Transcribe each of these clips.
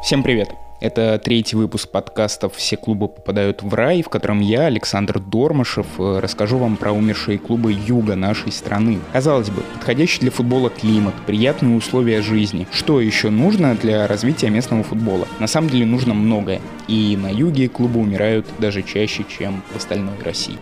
Всем привет! Это третий выпуск подкастов «Все клубы попадают в рай», в котором я, Александр Дормышев, расскажу вам про умершие клубы юга нашей страны. Казалось бы, подходящий для футбола климат, приятные условия жизни. Что еще нужно для развития местного футбола? На самом деле нужно многое. И на юге клубы умирают даже чаще, чем в остальной России.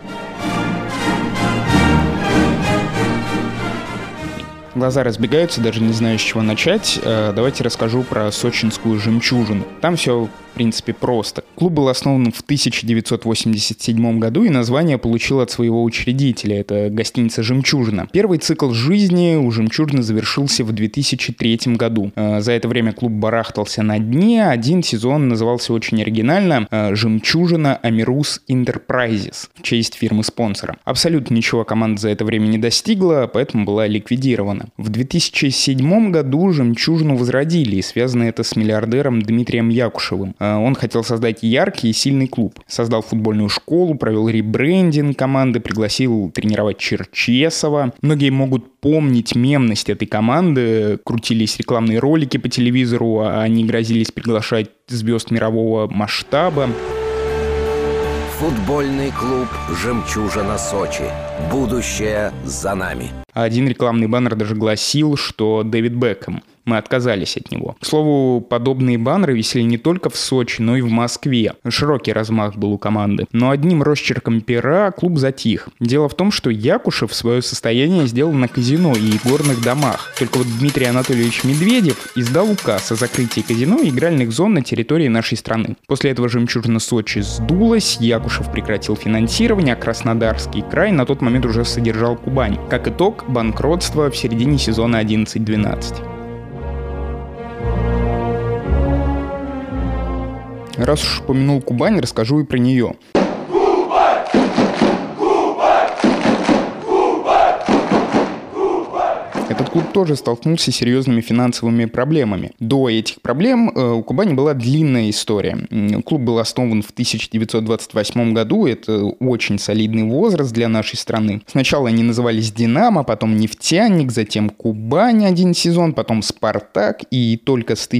Глаза разбегаются, даже не знаю, с чего начать. Давайте расскажу про сочинскую «Жемчужину». Там все, в принципе, просто. Клуб был основан в 1987 году, и название получил от своего учредителя. Это гостиница «Жемчужина». Первый цикл жизни у «Жемчужины» завершился в 2003 году. За это время клуб барахтался на дне. Один сезон назывался очень оригинально «Жемчужина Амирус Интерпрайзес» в честь фирмы-спонсора. Абсолютно ничего команда за это время не достигла, поэтому была ликвидирована. В 2007 году «Жемчужину» возродили, и связано это с миллиардером Дмитрием Якушевым. Он хотел создать яркий и сильный клуб. Создал футбольную школу, провел ребрендинг команды, пригласил тренировать Черчесова. Многие могут помнить мемность этой команды. Крутились рекламные ролики по телевизору, они грозились приглашать звезд мирового масштаба. Футбольный клуб «Жемчужина Сочи». Будущее за нами. Один рекламный баннер даже гласил, что Дэвид Бекхэм. Мы отказались от него. К слову, подобные баннеры висели не только в Сочи, но и в Москве. Широкий размах был у команды. Но одним росчерком пера клуб затих. Дело в том, что Якушев свое состояние сделал на казино и горных домах. Только вот Дмитрий Анатольевич Медведев издал указ о закрытии казино и игральных зон на территории нашей страны. После этого «Жемчужина Сочи» сдулась, Якушев прекратил финансирование, а Краснодарский край на тот момент уже содержал Кубань. Как итог, банкротство в середине сезона 11-12. Раз уж упомянул Кубань, расскажу и про нее. Этот клуб тоже столкнулся с серьезными финансовыми проблемами. До этих проблем у Кубани была длинная история. Клуб был основан в 1928 году, это очень солидный возраст для нашей страны. Сначала они назывались «Динамо», потом «Нефтяник», затем «Кубань» один сезон, потом «Спартак», и только с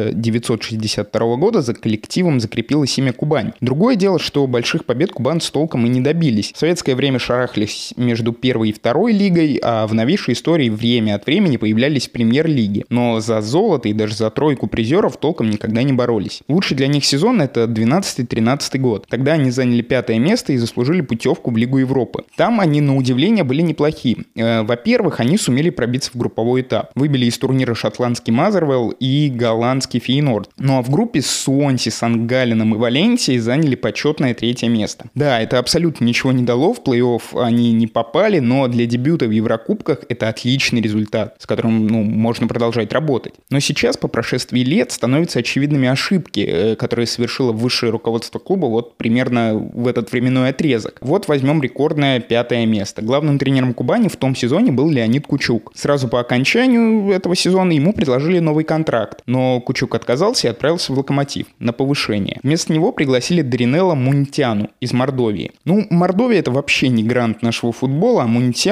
1962 года за коллективом закрепилось имя «Кубань». Другое дело, что больших побед кубанцы толком и не добились. В советское время шарахлись между первой и второй лигой, а в новейшей истории время от времени появлялись в премьер-лиге, но за золото и даже за тройку призеров толком никогда не боролись. Лучший для них сезон — это 12-13 год. Тогда они заняли 5 место и заслужили путевку в Лигу Европы. Там они, на удивление, были неплохи. Во-первых, они сумели пробиться в групповой этап. Выбили из турнира шотландский Мазервелл и голландский Фейнорд. Ну а в группе с Суонси, Сан-Галленом и Валенсией заняли почетное 3 место. Да, это абсолютно ничего не дало, в плей-офф они не попали, но для дебюта в Еврокубках это отличный результат, с которым можно продолжать работать. Но сейчас, по прошествии лет, становятся очевидными ошибки, которые совершило высшее руководство клуба вот примерно в этот временной отрезок. Вот возьмем рекордное 5 место. Главным тренером Кубани в том сезоне был Леонид Кучук. Сразу по окончанию этого сезона ему предложили новый контракт, но Кучук отказался и отправился в «Локомотив» на повышение. Вместо него пригласили Даринелла Мунтяну из Мордовии. Мордовия — это вообще не грант нашего футбола, а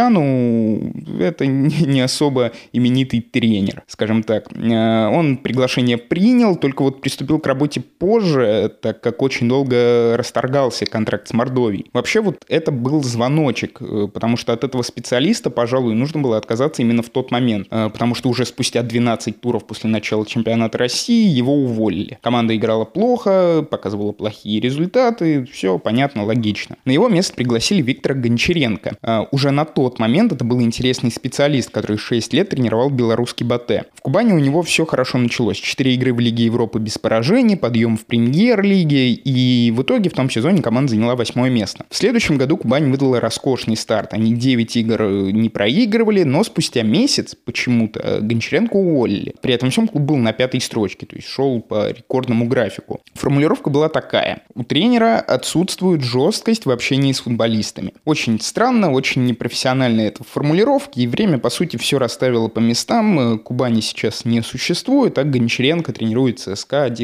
Мунтяну — это не особо именитый тренер, скажем так. Он приглашение принял, только вот приступил к работе позже, так как очень долго расторгался контракт с Мордовией. Вообще вот это был звоночек, потому что от этого специалиста, пожалуй, нужно было отказаться именно в тот момент, потому что уже спустя 12 туров после начала чемпионата России его уволили. Команда играла плохо, показывала плохие результаты, все понятно, логично. На его место пригласили Виктора Гончаренко. Уже на тот момент это был интересный специалист, который 6 лет тренировал белорусский Батэ. В Кубани у него все хорошо началось. 4 игры в Лиге Европы без поражений, подъем в премьер-лиге, и в итоге в том сезоне команда заняла 8 место. В следующем году Кубань выдала роскошный старт. Они 9 игр не проигрывали, но спустя месяц почему-то Гончаренко уволили. При этом всем клуб был на 5-й строчке, то есть шел по рекордному графику. Формулировка была такая. У тренера отсутствует жесткость в общении с футболистами. Очень странно, очень непрофессионально это формулировки, и время, по сути, все расставило по местам. Кубани сейчас не существует, а Гончаренко тренирует ЦСКА 1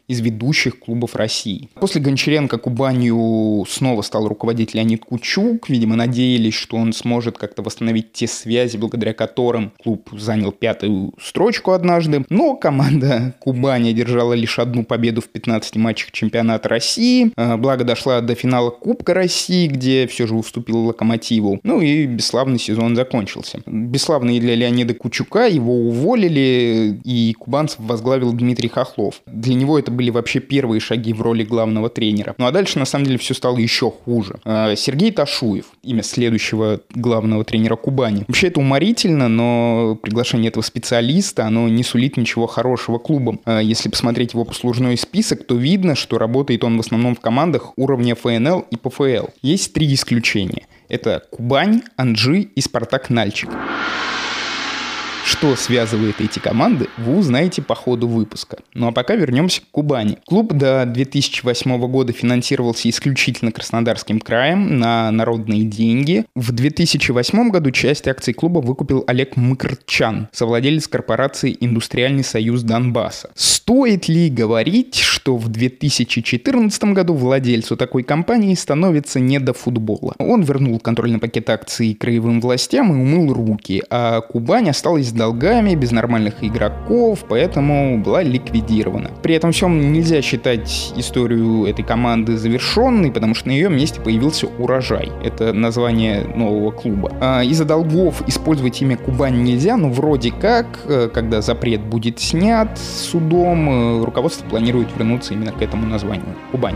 из ведущих клубов России. После Гончаренко Кубанью снова стал руководить Леонид Кучук. Видимо, надеялись, что он сможет как-то восстановить те связи, благодаря которым клуб занял 5-ю строчку однажды. Но команда Кубани одержала лишь одну победу в 15 матчах чемпионата России. Благо дошла до финала Кубка России, где все же уступил Локомотиву. Ну и бесславный сезон закончился. Бесславный для Леонида Кучука, его уволили, и кубанцев возглавил Дмитрий Хохлов. Для него это были вообще первые шаги в роли главного тренера. Ну а дальше, на самом деле, все стало еще хуже. Сергей Ташуев, имя следующего главного тренера Кубани. Вообще это уморительно, но приглашение этого специалиста, оно не сулит ничего хорошего клубам. Если посмотреть его послужной список, то видно, что работает он в основном в командах уровня ФНЛ и ПФЛ. Есть 3 исключения. Это Кубань, Анжи и Спартак Нальчик. Что связывает эти команды, вы узнаете по ходу выпуска. Ну а пока вернемся к Кубани. Клуб до 2008 года финансировался исключительно Краснодарским краем на народные деньги. В 2008 году часть акций клуба выкупил Олег Мкртчян, совладелец корпорации «Индустриальный союз Донбасса». Стоит ли говорить, что в 2014 году владельцу такой компании становится не до футбола? Он вернул контрольный пакет акций краевым властям и умыл руки, а Кубань осталась с долгами, без нормальных игроков, поэтому была ликвидирована. При этом всем нельзя считать историю этой команды завершенной, потому что на ее месте появился «Урожай». Это название нового клуба. Из-за долгов использовать имя Кубань нельзя, но вроде как, когда запрет будет снят судом, руководство планирует вернуться именно к этому названию – Кубань.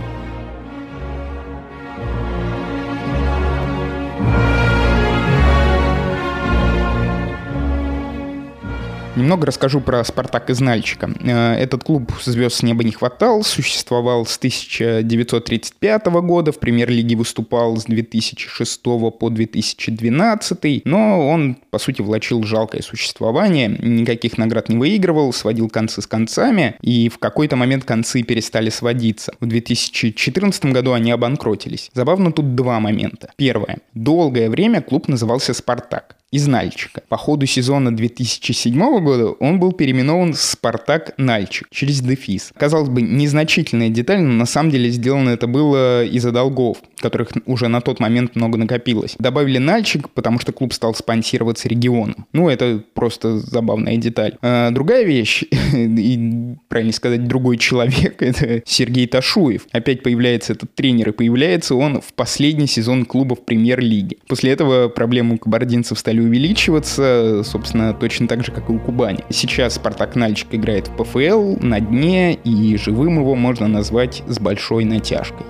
Немного расскажу про «Спартак» из Нальчика. Этот клуб звезд с неба не хватал, существовал с 1935 года, в премьер-лиге выступал с 2006 по 2012, но он, по сути, влачил жалкое существование, никаких наград не выигрывал, сводил концы с концами, и в какой-то момент концы перестали сводиться. В 2014 году они обанкротились. Забавно тут 2 момента. Первое. Долгое время клуб назывался «Спартак» из Нальчика. По ходу сезона 2007 года он был переименован в «Спартак Нальчик» через дефис. Казалось бы, незначительная деталь, но на самом деле сделано это было из-за долгов, которых уже на тот момент много накопилось. Добавили Нальчик, потому что клуб стал спонсироваться регионом. Ну, это просто забавная деталь. Другая вещь, и, правильно сказать, другой человек, это Сергей Ташуев. Опять появляется этот тренер, и появляется он в последний сезон клуба в премьер-лиге. После этого проблемы у кабардинцев стали увеличиваться, собственно, точно так же, как и у Кубани. Сейчас «Спартак Нальчик» играет в ПФЛ на дне, и живым его можно назвать с большой натяжкой.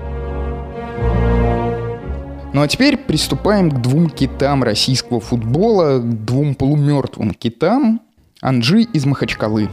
Ну а теперь приступаем к 2 китам российского футбола, к 2 полумертвым китам. Анжи из Махачкалы.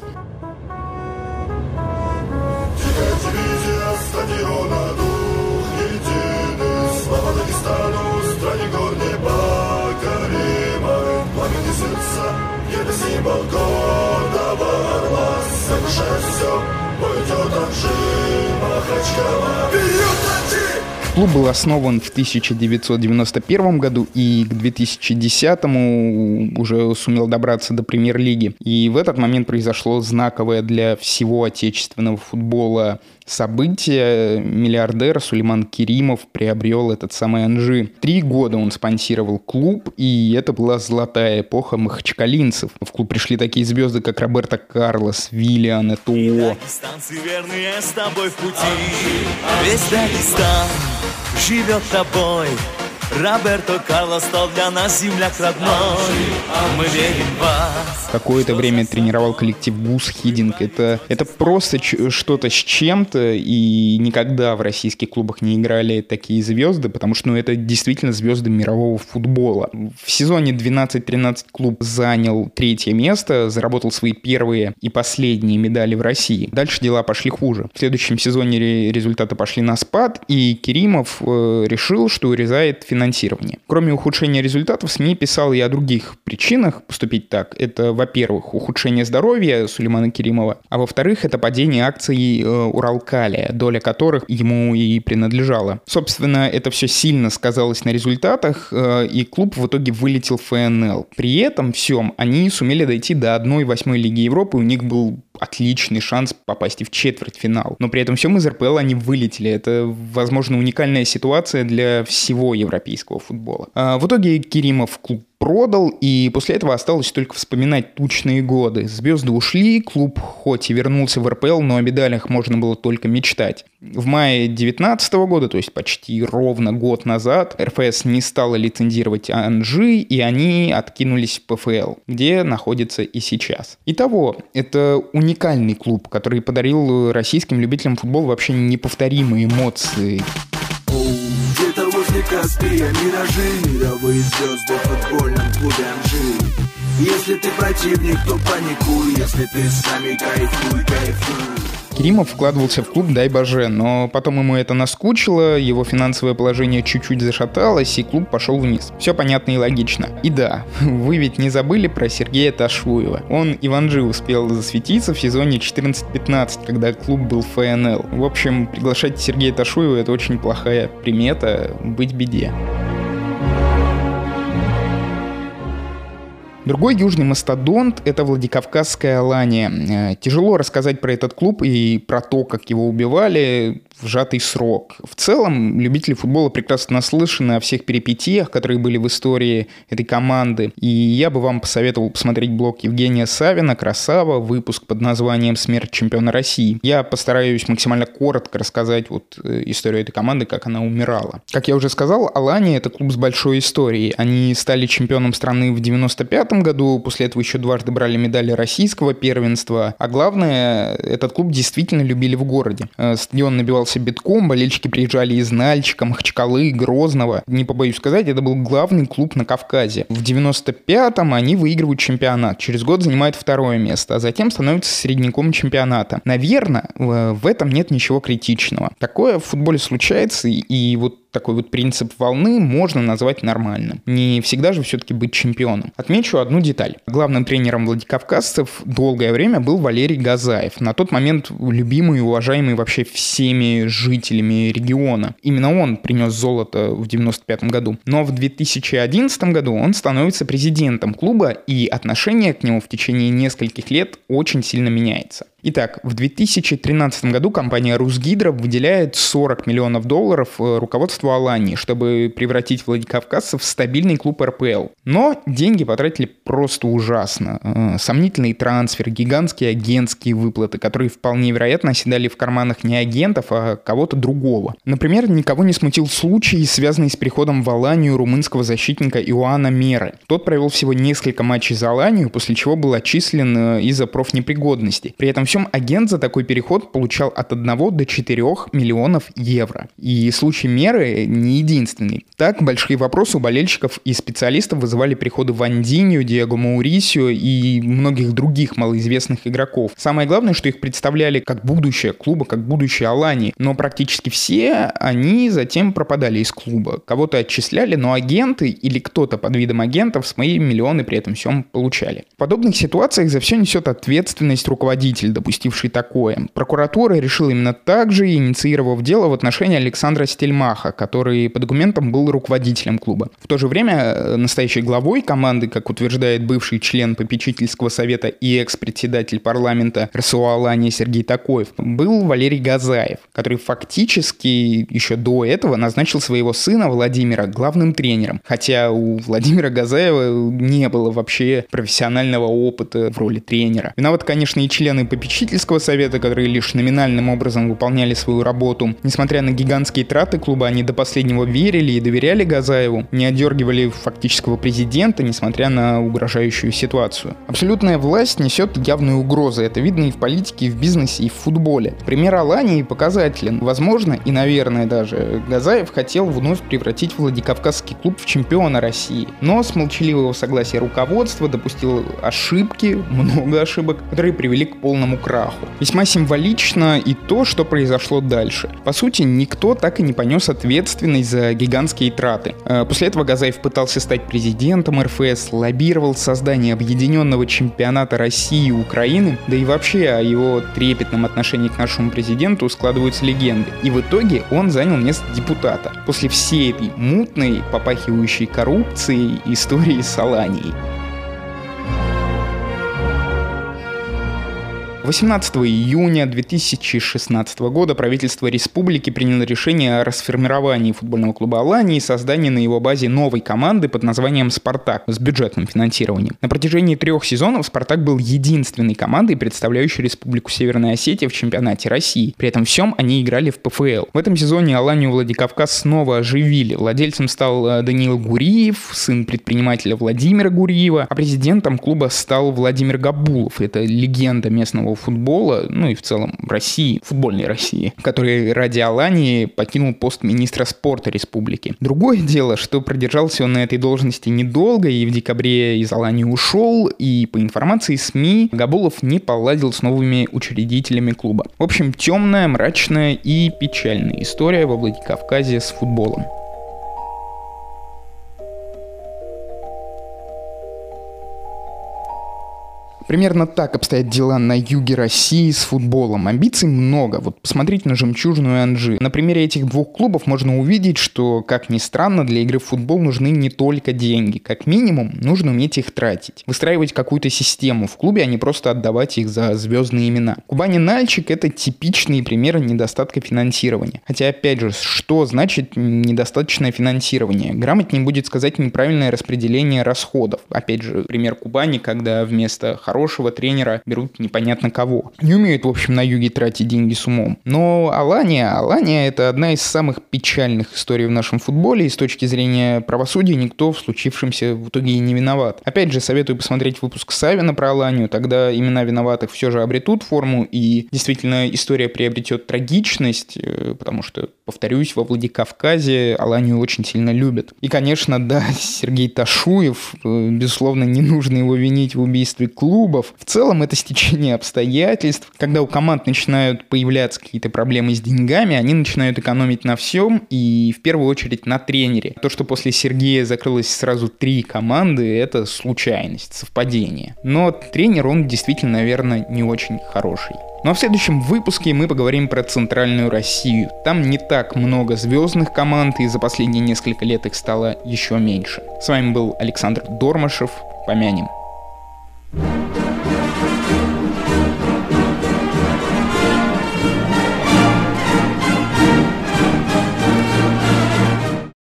Клуб был основан в 1991 году и к 2010 уже сумел добраться до премьер-лиги. И в этот момент произошло знаковое для всего отечественного футбола событие. Миллиардер Сулейман Керимов приобрел этот самый Анжи. 3 года он спонсировал клуб, и это была золотая эпоха махачкалинцев. В клуб пришли такие звезды, как Роберто Карлос, Виллиан, Этуо. Верные с тобой в пути. Весь Дагестан живет тобой. Роберто Карлос стал для нас земляк родной. Мы верим в вас. Какое-то время тренировал коллектив Гус Хидинг. Это просто что-то с чем-то, и никогда в российских клубах не играли такие звезды, потому что это действительно звезды мирового футбола. В сезоне 12-13 клуб занял 3-е место, заработал свои первые и последние медали в России. Дальше дела пошли хуже. В следующем сезоне результаты пошли на спад, и Керимов решил, что урезает финансирование. Кроме ухудшения результатов, СМИ писал и о других причинах поступить так. Это, во-первых, ухудшение здоровья Сулеймана Керимова, а во-вторых, это падение акций Уралкалия, доля которых ему и принадлежала. Собственно, это все сильно сказалось на результатах, и клуб в итоге вылетел в ФНЛ. При этом всем они сумели дойти до 1/8 Лиги Европы, у них был отличный шанс попасть и в четвертьфинал. Но при этом всем из РПЛ они вылетели. Это, возможно, уникальная ситуация для всего европейского футбола. В итоге Керимов клуб продал, и после этого осталось только вспоминать тучные годы. Звезды ушли, клуб хоть и вернулся в РПЛ, но о медалях можно было только мечтать. В мае 2019 года, то есть почти ровно год назад, РФС не стала лицензировать Анжи, и они откинулись в ПФЛ, где находится и сейчас. Итого, это уникальный клуб, который подарил российским любителям футбола вообще неповторимые эмоции. Где-то возле Каспия миражи, мировые звезды в футбольном клубе Анжи. Если ты противник, то паникуй, если ты с нами кайфуй. Керимов вкладывался в клуб, дай боже, но потом ему это наскучило, его финансовое положение чуть-чуть зашаталось, и клуб пошел вниз. Все понятно и логично. И да, вы ведь не забыли про Сергея Ташуева. Он и в Анжи успел засветиться в сезоне 14-15, когда клуб был ФНЛ. В общем, приглашать Сергея Ташуева — это очень плохая примета, быть беде. Другой южный мастодонт – это Владикавказская Алания. Тяжело рассказать про этот клуб и про то, как его убивали, в сжатый срок. В целом, любители футбола прекрасно наслышаны о всех перипетиях, которые были в истории этой команды. И я бы вам посоветовал посмотреть блог Евгения Савина «Красава», выпуск под названием «Смерть чемпиона России». Я постараюсь максимально коротко рассказать историю этой команды, как она умирала. Как я уже сказал, Алания – это клуб с большой историей. Они стали чемпионом страны в 1995 году, после этого еще дважды брали медали российского первенства. А главное, этот клуб действительно любили в городе. Стадион набивался битком, болельщики приезжали из Нальчика, Махачкалы, Грозного. Не побоюсь сказать, это был главный клуб на Кавказе. В 95-м они выигрывают чемпионат, через год занимают второе место, а затем становятся средняком чемпионата. Наверное, в этом нет ничего критичного. Такое в футболе случается, и такой принцип волны можно назвать нормальным. Не всегда же все-таки быть чемпионом. Отмечу одну деталь. Главным тренером владикавказцев долгое время был Валерий Газаев. На тот момент любимый и уважаемый вообще всеми жителями региона. Именно он принес золото в 95 году. Но в 2011 году он становится президентом клуба, и отношение к нему в течение нескольких лет очень сильно меняется. Итак, в 2013 году компания «Русгидро» выделяет $40 миллионов руководству Алании, чтобы превратить владикавказцев в стабильный клуб РПЛ. Но деньги потратили просто ужасно. Сомнительный трансфер, гигантские агентские выплаты, которые вполне вероятно оседали в карманах не агентов, а кого-то другого. Например, никого не смутил случай, связанный с приходом в Аланию румынского защитника Иоанна Меры. Тот провел всего несколько матчей за Аланию, после чего был отчислен из-за профнепригодности. При этом всем агент за такой переход получал от 1 до 4 миллионов евро. И случай Меры не единственный. Так, большие вопросы у болельщиков и специалистов вызывали приходы Вандиньо, Диего Маурисио и многих других малоизвестных игроков. Самое главное, что их представляли как будущее клуба, как будущее Алании. Но практически все они затем пропадали из клуба. Кого-то отчисляли, но агенты или кто-то под видом агентов свои миллионы при этом всем получали. В подобных ситуациях за все несет ответственность руководитель, допустивший такое. Прокуратура решила именно так же, инициировав дело в отношении Александра Стельмаха, который по документам был руководителем клуба. В то же время настоящей главой команды, как утверждает бывший член попечительского совета и экс-председатель парламента РСО Алания Сергей Такоев, был Валерий Газаев, который фактически еще до этого назначил своего сына Владимира главным тренером. Хотя у Владимира Газаева не было вообще профессионального опыта в роли тренера. Виноваты, конечно, и члены попечительского совета, которые лишь номинальным образом выполняли свою работу. Несмотря на гигантские траты клуба, они до последнего верили и доверяли Газаеву, не отдергивали фактического президента, несмотря на угрожающую ситуацию. Абсолютная власть несет явные угрозы. Это видно и в политике, и в бизнесе, и в футболе. Пример Алании показателен. Возможно, и, наверное, даже Газаев хотел вновь превратить Владикавказский клуб в чемпиона России. Но с молчаливого согласия руководства допустил ошибки, много ошибок, которые привели к полному краху. Весьма символично и то, что произошло дальше. По сути, никто так и не понес ответственность за гигантские траты. После этого Газаев пытался стать президентом РФС, лоббировал создание объединенного чемпионата России и Украины, да и вообще о его трепетном отношении к нашему президенту складываются легенды. И в итоге он занял место депутата. После всей этой мутной, попахивающей коррупцией истории с Аланией. В 18 июня 2016 года правительство республики приняло решение о расформировании футбольного клуба «Алания» и создании на его базе новой команды под названием «Спартак» с бюджетным финансированием. На протяжении 3 сезонов «Спартак» был единственной командой, представляющей Республику Северная Осетия в чемпионате России. При этом всем они играли в ПФЛ. В этом сезоне «Аланию» Владикавказ снова оживили. Владельцем стал Даниил Гуриев, сын предпринимателя Владимира Гуриева, а президентом клуба стал Владимир Габулов. Это легенда местного футбола, и в целом России, футбольной России, который ради «Алании» покинул пост министра спорта республики. Другое дело, что продержался он на этой должности недолго и в декабре из «Алании» ушел, и по информации СМИ Габулов не поладил с новыми учредителями клуба. В общем, темная, мрачная и печальная история во Владикавказе с футболом. Примерно так обстоят дела на юге России с футболом. Амбиций много. Вот посмотрите на «Жемчужину» и «Анжи». На примере этих двух клубов можно увидеть, что, как ни странно, для игры в футбол нужны не только деньги. Как минимум, нужно уметь их тратить. Выстраивать какую-то систему в клубе, а не просто отдавать их за звездные имена. Кубань и Нальчик — это типичные примеры недостатка финансирования. Хотя, опять же, что значит недостаточное финансирование? Грамотнее будет сказать неправильное распределение расходов. Опять же, пример Кубани, когда вместо хорошего тренера берут непонятно кого. Не умеют, в общем, на юге тратить деньги с умом. Но Алания — это одна из самых печальных историй в нашем футболе, и с точки зрения правосудия никто в случившемся в итоге и не виноват. Опять же, советую посмотреть выпуск Савина про Аланию, тогда имена виноватых все же обретут форму, и действительно история приобретет трагичность, потому что, повторюсь, во Владикавказе Аланию очень сильно любят. И, конечно, да, Сергей Ташуев, безусловно, не нужно его винить в убийстве клуба. В целом это стечение обстоятельств. Когда у команд начинают появляться какие-то проблемы с деньгами, они начинают экономить на всем и в первую очередь на тренере. То, что после Сергея закрылось сразу 3 команды, это случайность, совпадение. Но тренер, он действительно, наверное, не очень хороший. Ну а в следующем выпуске мы поговорим про Центральную Россию. Там не так много звездных команд, и за последние несколько лет их стало еще меньше. С вами был Александр Дормашев. Помянем.